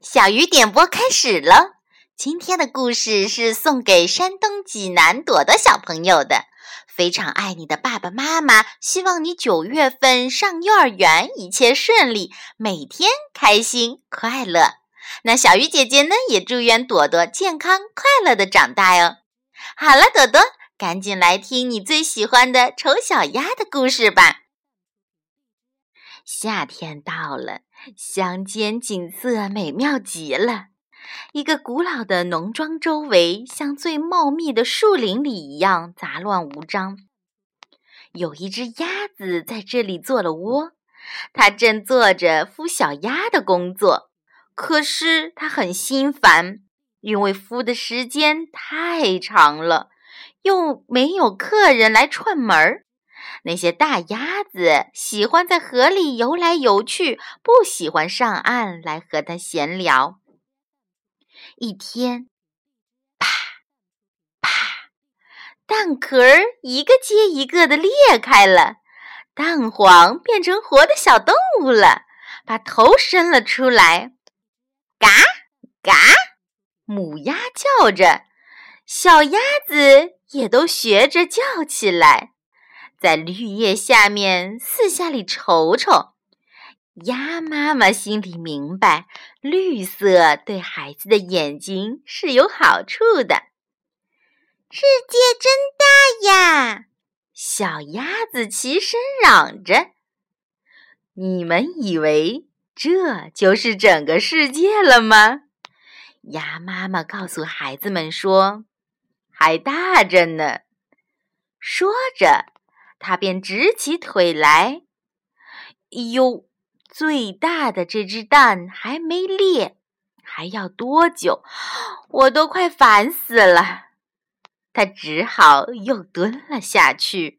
小鱼点播开始了。今天的故事是送给山东济南朵朵小朋友的。非常爱你的爸爸妈妈，希望你9月份上幼儿园一切顺利，每天开心快乐。那小鱼姐姐呢，也祝愿朵朵健康快乐的长大哟。好了，朵朵，赶紧来听你最喜欢的丑小鸭的故事吧。夏天到了，乡间景色美妙极了。一个古老的农庄周围像最茂密的树林里一样杂乱无章。有一只鸭子在这里做了窝，它正做着孵小鸭的工作。可是它很心烦，因为孵的时间太长了，又没有客人来串门。那些大鸭子喜欢在河里游来游去，不喜欢上岸来和它闲聊。一天，啪啪，蛋壳一个接一个地裂开了，蛋黄变成活的小动物了，把头伸了出来。嘎嘎，母鸭叫着，小鸭子也都学着叫起来。在绿叶下面四下里瞅瞅，鸭妈妈心里明白，绿色对孩子的眼睛是有好处的。世界真大呀！小鸭子齐声嚷着。你们以为这就是整个世界了吗？鸭妈妈告诉孩子们说，还大着呢。说着，他便直起腿来。哟，最大的这只蛋还没裂，还要多久？我都快烦死了。他只好又蹲了下去。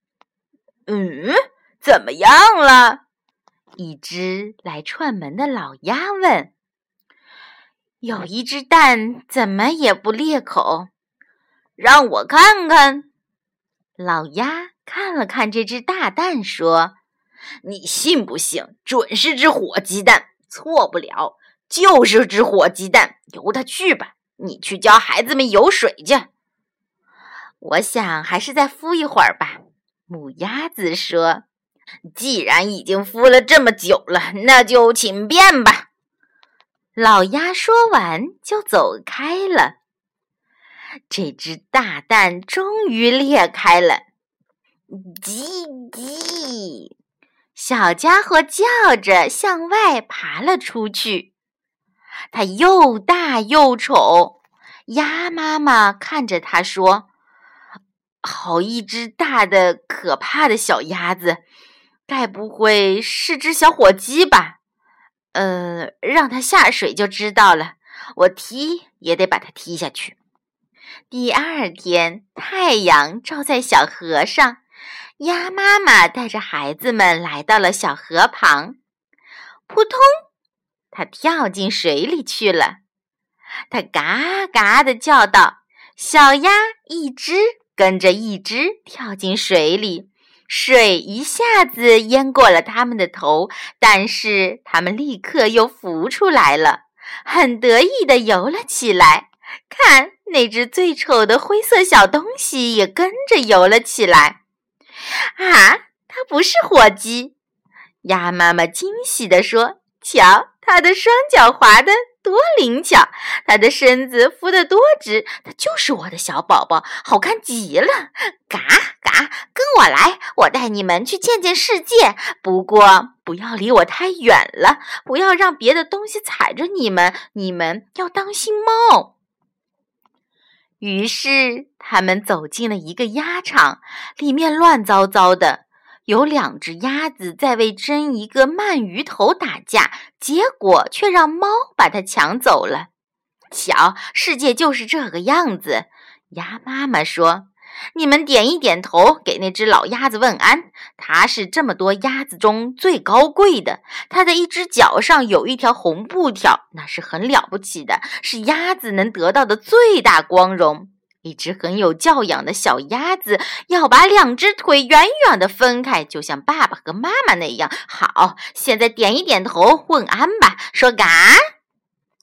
怎么样了？一只来串门的老鸭问。有一只蛋怎么也不裂口。让我看看。老鸭看了看这只大蛋说，你信不信准是只火鸡蛋，错不了，就是只火鸡蛋，由它去吧，你去教孩子们游水去。我想还是再孵一会儿吧。母鸭子说，既然已经孵了这么久了，那就请便吧。老鸭说完就走开了。这只大蛋终于裂开了，叽叽，小家伙叫着向外爬了出去。它又大又丑，鸭妈妈看着它说，好一只大的可怕的小鸭子，该不会是只小火鸡吧？让它下水就知道了，我踢也得把它踢下去。第二天，太阳照在小河上，鸭妈妈带着孩子们来到了小河旁。扑通，它跳进水里去了。它嘎嘎地叫道，小鸭一只跟着一只跳进水里，水一下子淹过了它们的头，但是它们立刻又浮出来了，很得意地游了起来。看，那只最丑的灰色小东西也跟着游了起来。啊，它不是火鸡！鸭妈妈惊喜地说，瞧，它的双脚滑得多灵巧，它的身子孵得多直，它就是我的小宝宝，好看极了。嘎嘎，跟我来，我带你们去见见世界，不过不要离我太远了，不要让别的东西踩着你们，你们要当心猫。于是他们走进了一个鸭场，里面乱糟糟的，有2只鸭子在为争一个鳗鱼头打架，结果却让猫把它抢走了。瞧，世界就是这个样子。鸭妈妈说，你们点一点头，给那只老鸭子问安，它是这么多鸭子中最高贵的，它的一只脚上有一条红布条，那是很了不起的，是鸭子能得到的最大光荣。一只很有教养的小鸭子要把2只腿远远地分开，就像爸爸和妈妈那样。好，现在点一点头，问安吧，说嘎。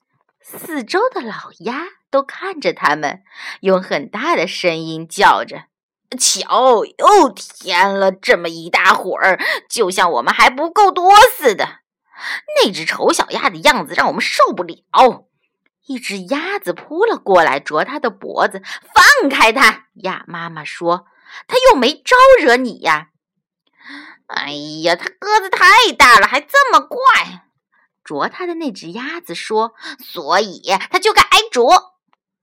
四周的老鸭都看着他们，用很大的声音叫着：“瞧，又添了这么一大伙儿，就像我们还不够多似的。那只丑小鸭的样子让我们受不了。”一只鸭子扑了过来，啄它的脖子。“放开它！”鸭妈妈说，“它又没招惹你呀。”“哎呀，它个子太大了，还这么怪。”啄它的那只鸭子说，“所以它就该挨啄。”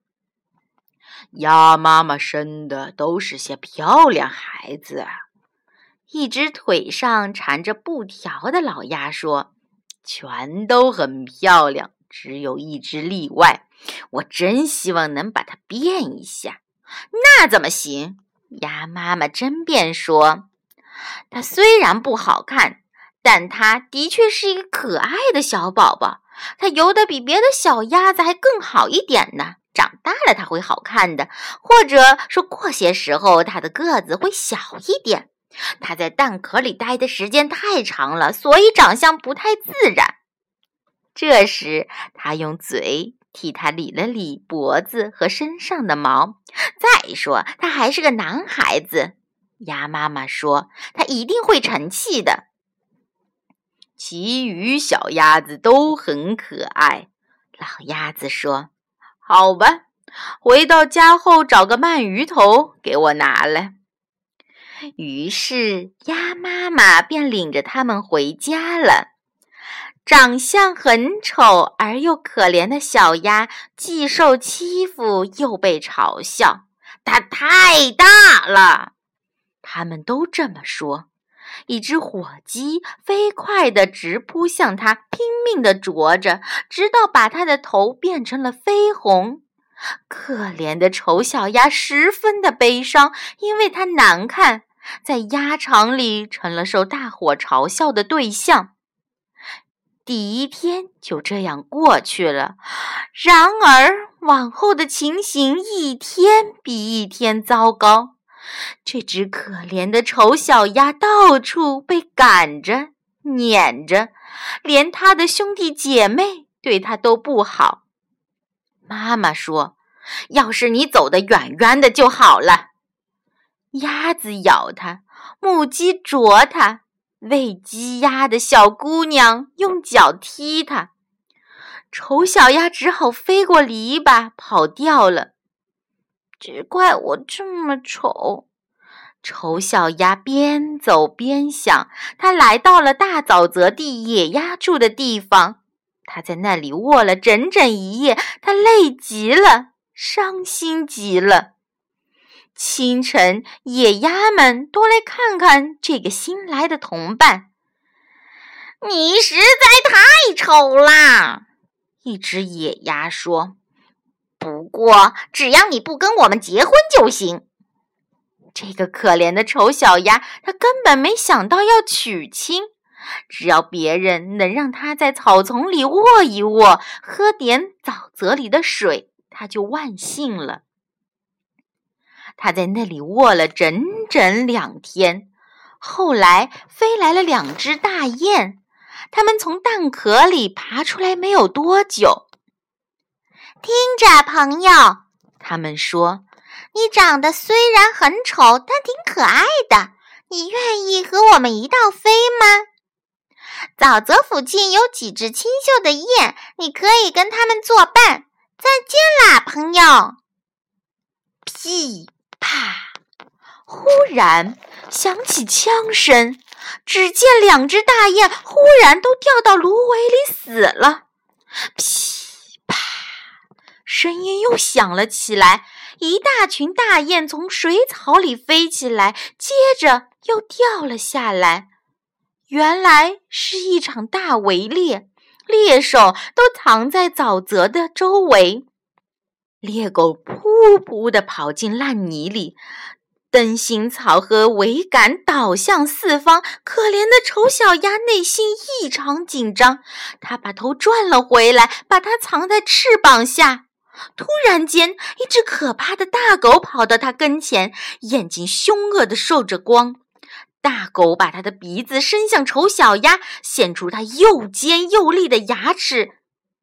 鸭妈妈生的都是些漂亮孩子啊。一只腿上缠着布条的老鸭说，“全都很漂亮，只有一只例外，我真希望能把它变一下。”“那怎么行？”鸭妈妈争辩说，“它虽然不好看，但它的确是一个可爱的小宝宝，它游得比别的小鸭子还更好一点呢。长大了它会好看的，或者说过些时候它的个子会小一点。它在蛋壳里待的时间太长了，所以长相不太自然。”这时他用嘴替他理了理脖子和身上的毛。“再说他还是个男孩子。”鸭妈妈说，“他一定会成器的。”其余小鸭子都很可爱。老鸭子说，“好吧，回到家后找个鳗鱼头给我拿来。”于是鸭妈妈便领着他们回家了。长相很丑而又可怜的小鸭，既受欺负又被嘲笑。“它太大了！”他们都这么说。一只火鸡飞快地直扑向它，拼命地啄着，直到把它的头变成了绯红。可怜的丑小鸭十分的悲伤，因为它难看，在鸭场里成了受大伙嘲笑的对象。第一天就这样过去了，然而往后的情形一天比一天糟糕。这只可怜的丑小鸭到处被赶着、撵着，连它的兄弟姐妹对它都不好。妈妈说，“要是你走得远远的就好了。”鸭子咬它，母鸡啄它，喂鸡鸭的小姑娘用脚踢它。丑小鸭只好飞过篱笆跑掉了。“只怪我这么丑。”丑小鸭边走边想，它来到了大沼泽地野鸭住的地方。它在那里卧了整整一夜，它累极了，伤心极了。清晨，野鸭们都来看看这个新来的同伴。“你实在太丑啦！”一只野鸭说，“不过只要你不跟我们结婚就行。”这个可怜的丑小鸭，他根本没想到要娶亲，只要别人能让他在草丛里卧一卧，喝点沼泽里的水，他就万幸了。他在那里卧了整整2天，后来飞来了2只大雁，它们从蛋壳里爬出来没有多久。“听着，朋友，”他们说，“你长得虽然很丑，但挺可爱的，你愿意和我们一道飞吗？沼泽附近有几只清秀的雁，你可以跟它们作伴。再见啦，朋友！”噼啪，忽然响起枪声，只见2只大雁忽然都掉到芦苇里死了。噼啪，声音又响了起来，一大群大雁从水草里飞起来，接着又掉了下来。原来是一场大围猎，猎手都藏在沼泽的周围。猎狗噗噗地跑进烂泥里，灯芯草和桅杆倒向四方，可怜的丑小鸭内心异常紧张，它把头转了回来，把它藏在翅膀下。突然间，一只可怕的大狗跑到它跟前，眼睛凶恶地受着光。大狗把它的鼻子伸向丑小鸭，现出它又尖又利的牙齿。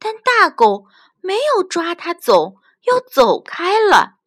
但大狗没有抓它走，又走开了。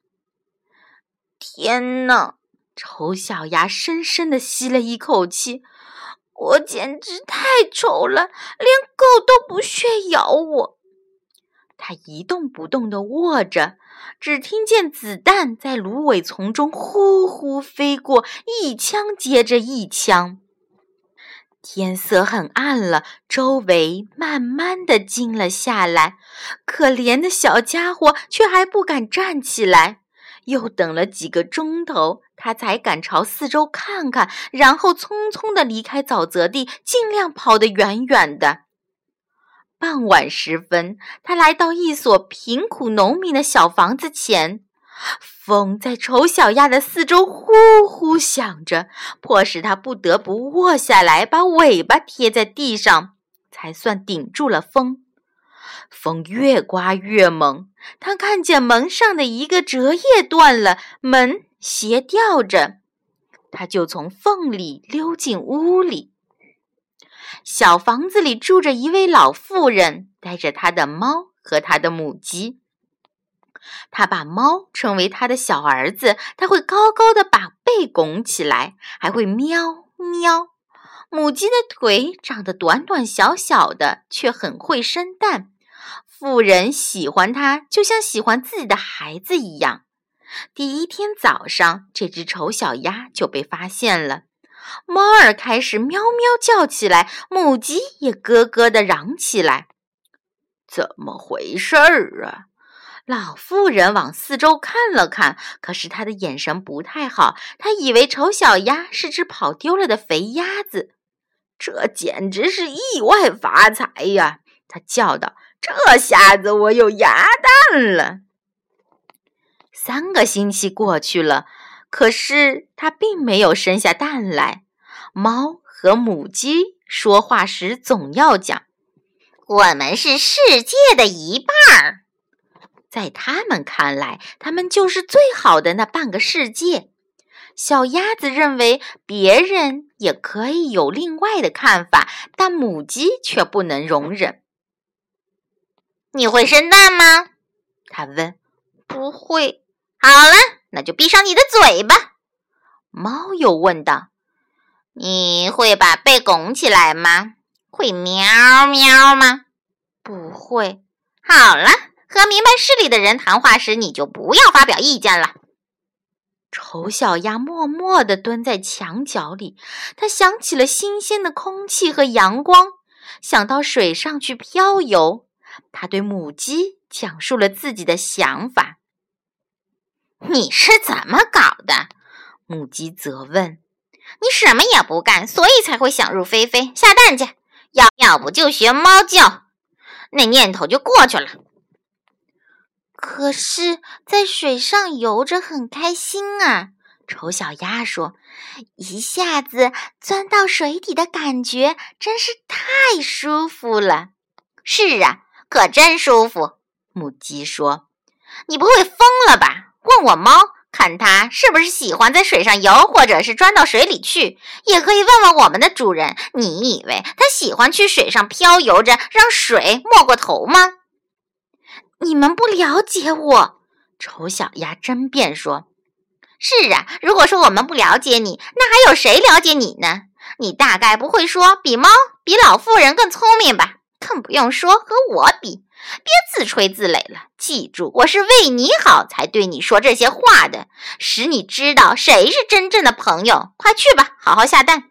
天哪！丑小鸭深深地吸了一口气，我简直太丑了，连狗都不屑咬我。它一动不动地卧着，只听见子弹在芦苇丛中呼呼飞过，一枪接着一枪。天色很暗了，周围慢慢地静了下来，可怜的小家伙却还不敢站起来。又等了几个钟头，他才敢朝四周看看，然后匆匆地离开沼泽地，尽量跑得远远的。傍晚时分，他来到一所贫苦农民的小房子前，风在丑小鸭的四周呼呼响着，迫使他不得不卧下来，把尾巴贴在地上，才算顶住了风。风越刮越猛，他看见门上的一个折页断了，门斜吊着，他就从缝里溜进屋里。小房子里住着一位老妇人，带着她的猫和她的母鸡。他把猫称为他的小儿子，他会高高的把背拱起来，还会喵喵。母鸡的腿长得短短小小的，却很会生蛋。妇人喜欢它，就像喜欢自己的孩子一样。第一天早上，这只丑小鸭就被发现了。猫儿开始喵喵叫起来，母鸡也咯咯地嚷起来。怎么回事儿啊？老妇人往四周看了看，可是她的眼神不太好，她以为丑小鸭是只跑丢了的肥鸭子。这简直是意外发财呀！她叫道，这下子我有鸭蛋了。3个星期过去了，可是它并没有生下蛋来。猫和母鸡说话时总要讲，我们是世界的一半儿。在他们看来，他们就是最好的那半个世界。小鸭子认为别人也可以有另外的看法，但母鸡却不能容忍。你会生蛋吗？他问。不会。好了，那就闭上你的嘴巴。猫又问道。你会把背拱起来吗？会喵喵吗？不会。好了，和明白事理的人谈话时，你就不要发表意见了。丑小鸭默默地蹲在墙角里，它想起了新鲜的空气和阳光，想到水上去漂游。它对母鸡讲述了自己的想法。你是怎么搞的？母鸡责问。你什么也不干，所以才会想入非非，下蛋去。要不就学猫叫，那念头就过去了。可是在水上游着很开心啊，丑小鸭说，一下子钻到水底的感觉真是太舒服了。是啊，可真舒服，母鸡说。你不会疯了吧？问我猫，看它是不是喜欢在水上游，或者是钻到水里去。也可以问问我们的主人，你以为它喜欢去水上漂游着，让水没过头吗？你们不了解我，丑小鸭争辩说。是啊，如果说我们不了解你，那还有谁了解你呢？你大概不会说比猫比老妇人更聪明吧？更不用说和我比。别自吹自擂了，记住，我是为你好才对你说这些话的，使你知道谁是真正的朋友。快去吧，好好下蛋。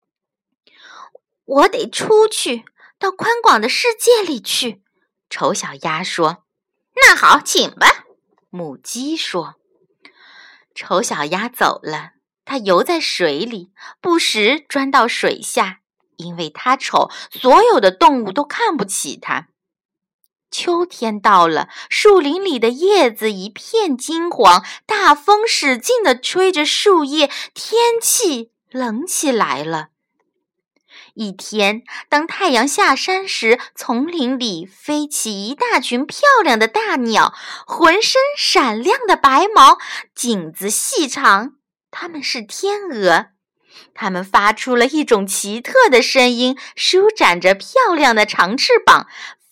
我得出去，到宽广的世界里去，丑小鸭说。那好，请吧，母鸡说。丑小鸭走了，它游在水里，不时钻到水下，因为它丑，所有的动物都看不起它。秋天到了，树林里的叶子一片金黄，大风使劲地吹着树叶，天气冷起来了。一天，当太阳下山时，丛林里飞起一大群漂亮的大鸟，浑身闪亮的白毛，颈子细长，它们是天鹅。它们发出了一种奇特的声音，舒展着漂亮的长翅膀，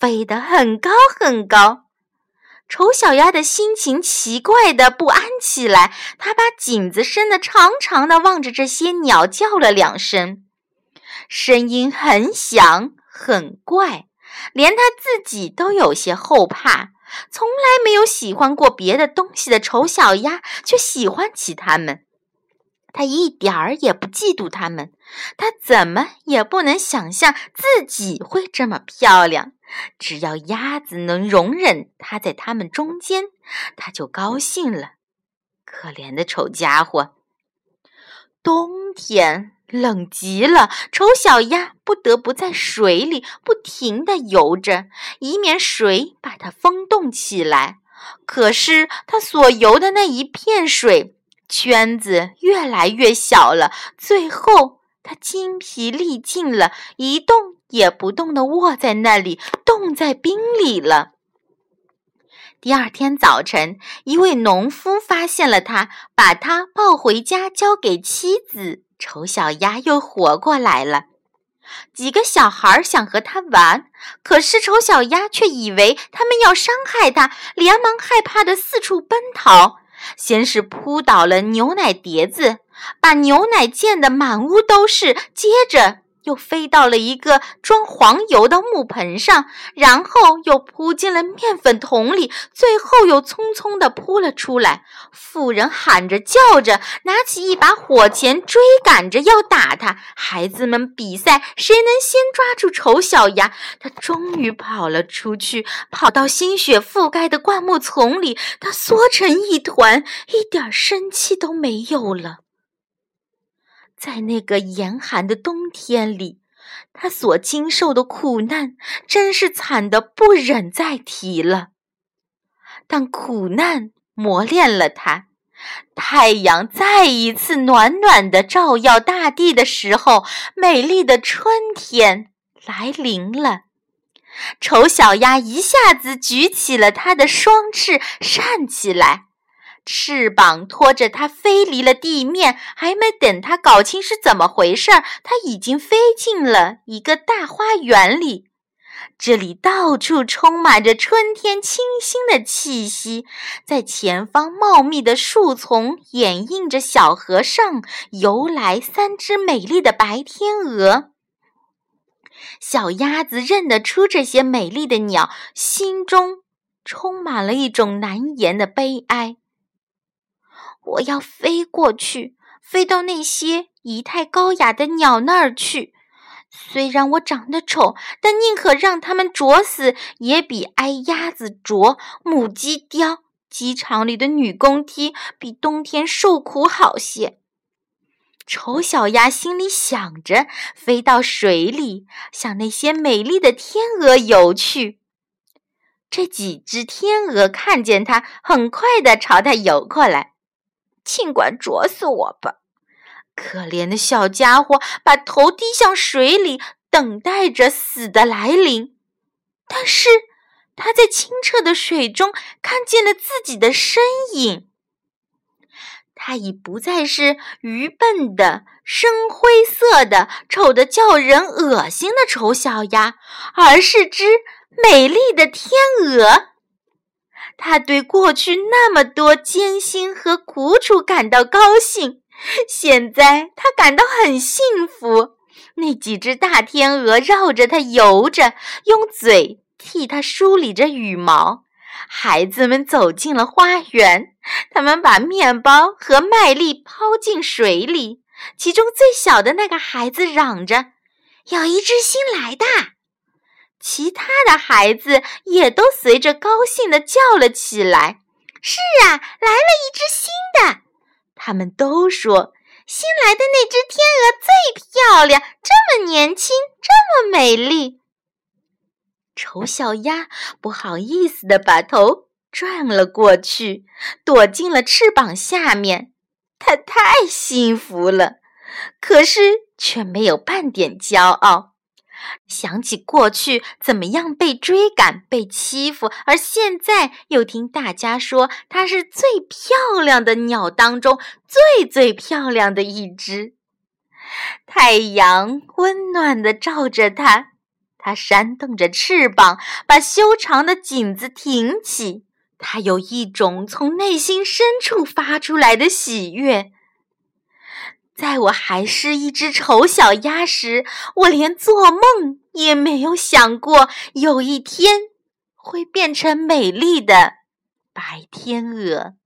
飞得很高很高。丑小鸭的心情奇怪地不安起来，它把颈子伸得长长的，望着这些鸟叫了2声，声音很响很怪，连它自己都有些后怕。从来没有喜欢过别的东西的丑小鸭却喜欢起它们，它一点儿也不嫉妒它们，它怎么也不能想象自己会这么漂亮。只要鸭子能容忍它在它们中间，它就高兴了。可怜的丑家伙！冬天冷极了，丑小鸭不得不在水里不停地游着，以免水把它封冻起来。可是它所游的那一片水圈子越来越小了，最后它筋疲力尽了，一动也不动地卧在那里，冻在冰里了。第2天早晨，一位农夫发现了它，把它抱回家交给妻子，丑小鸭又活过来了。几个小孩想和它玩，可是丑小鸭却以为他们要伤害它，连忙害怕地四处奔逃。先是扑倒了牛奶碟子，把牛奶溅得满屋都是，接着又飞到了一个装黄油的木盆上，然后又扑进了面粉桶里，最后又匆匆地扑了出来。妇人喊着叫着，拿起一把火钳追赶着要打他。孩子们比赛谁能先抓住丑小鸭。他终于跑了出去，跑到新雪覆盖的灌木丛里，他缩成一团，一点生气都没有了。在那个严寒的冬天里，他所经受的苦难真是惨得不忍再提了。但苦难磨练了他，太阳再一次暖暖地照耀大地的时候，美丽的春天来临了。丑小鸭一下子举起了它的双翅，扇起来，翅膀拖着它飞离了地面，还没等它搞清是怎么回事，它已经飞进了一个大花园里。这里到处充满着春天清新的气息，在前方茂密的树丛掩映着小河上游来3只美丽的白天鹅。小鸭子认得出这些美丽的鸟，心中充满了一种难言的悲哀。我要飞过去，飞到那些仪态高雅的鸟那儿去。虽然我长得丑，但宁可让它们啄死，也比挨鸭子啄、母鸡叼、机场里的女工踢，比冬天受苦好些。丑小鸭心里想着，飞到水里，向那些美丽的天鹅游去。这几只天鹅看见它，很快地朝它游过来。尽管啄死我吧！可怜的小家伙把头低向水里，等待着死的来临。但是他在清澈的水中看见了自己的身影。他已不再是愚笨的、深灰色的、丑得叫人恶心的丑小鸭，而是只美丽的天鹅。他对过去那么多艰辛和苦楚感到高兴，现在他感到很幸福。那几只大天鹅绕着他游着，用嘴替他梳理着羽毛。孩子们走进了花园，他们把面包和麦粒抛进水里。其中最小的那个孩子嚷着：“有一只新来的！”其他的孩子也都随着高兴地叫了起来：“是啊，来了一只新的！”他们都说：“新来的那只天鹅最漂亮，这么年轻，这么美丽。”丑小鸭不好意思地把头转了过去，躲进了翅膀下面。它太幸福了，可是却没有半点骄傲。想起过去怎么样被追赶、被欺负，而现在又听大家说它是最漂亮的鸟当中最漂亮的一只。太阳温暖地照着它， 它扇动着翅膀，把修长的颈子挺起。它有一种从内心深处发出来的喜悦。在我还是一只丑小鸭时，我连做梦也没有想过有一天会变成美丽的白天鹅。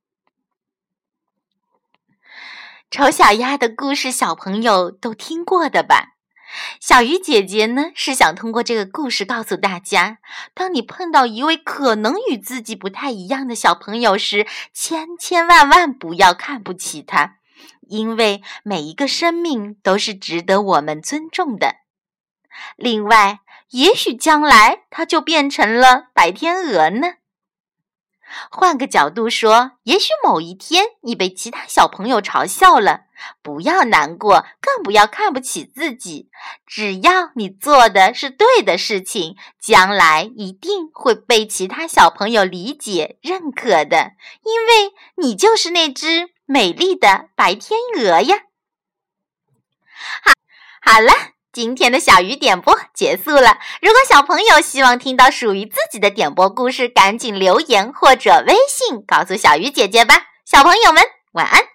丑小鸭的故事小朋友都听过的吧？小鱼姐姐呢，是想通过这个故事告诉大家，当你碰到一位可能与自己不太一样的小朋友时，千万不要看不起他，因为每一个生命都是值得我们尊重的。另外，也许将来他就变成了白天鹅呢。换个角度说，也许某一天你被其他小朋友嘲笑了，不要难过，更不要看不起自己。只要你做的是对的事情，将来一定会被其他小朋友理解、认可的，因为你就是那只美丽的白天鹅呀。好了，今天的小鱼点播结束了。如果小朋友希望听到属于自己的点播故事，赶紧留言或者微信告诉小鱼姐姐吧。小朋友们，晚安。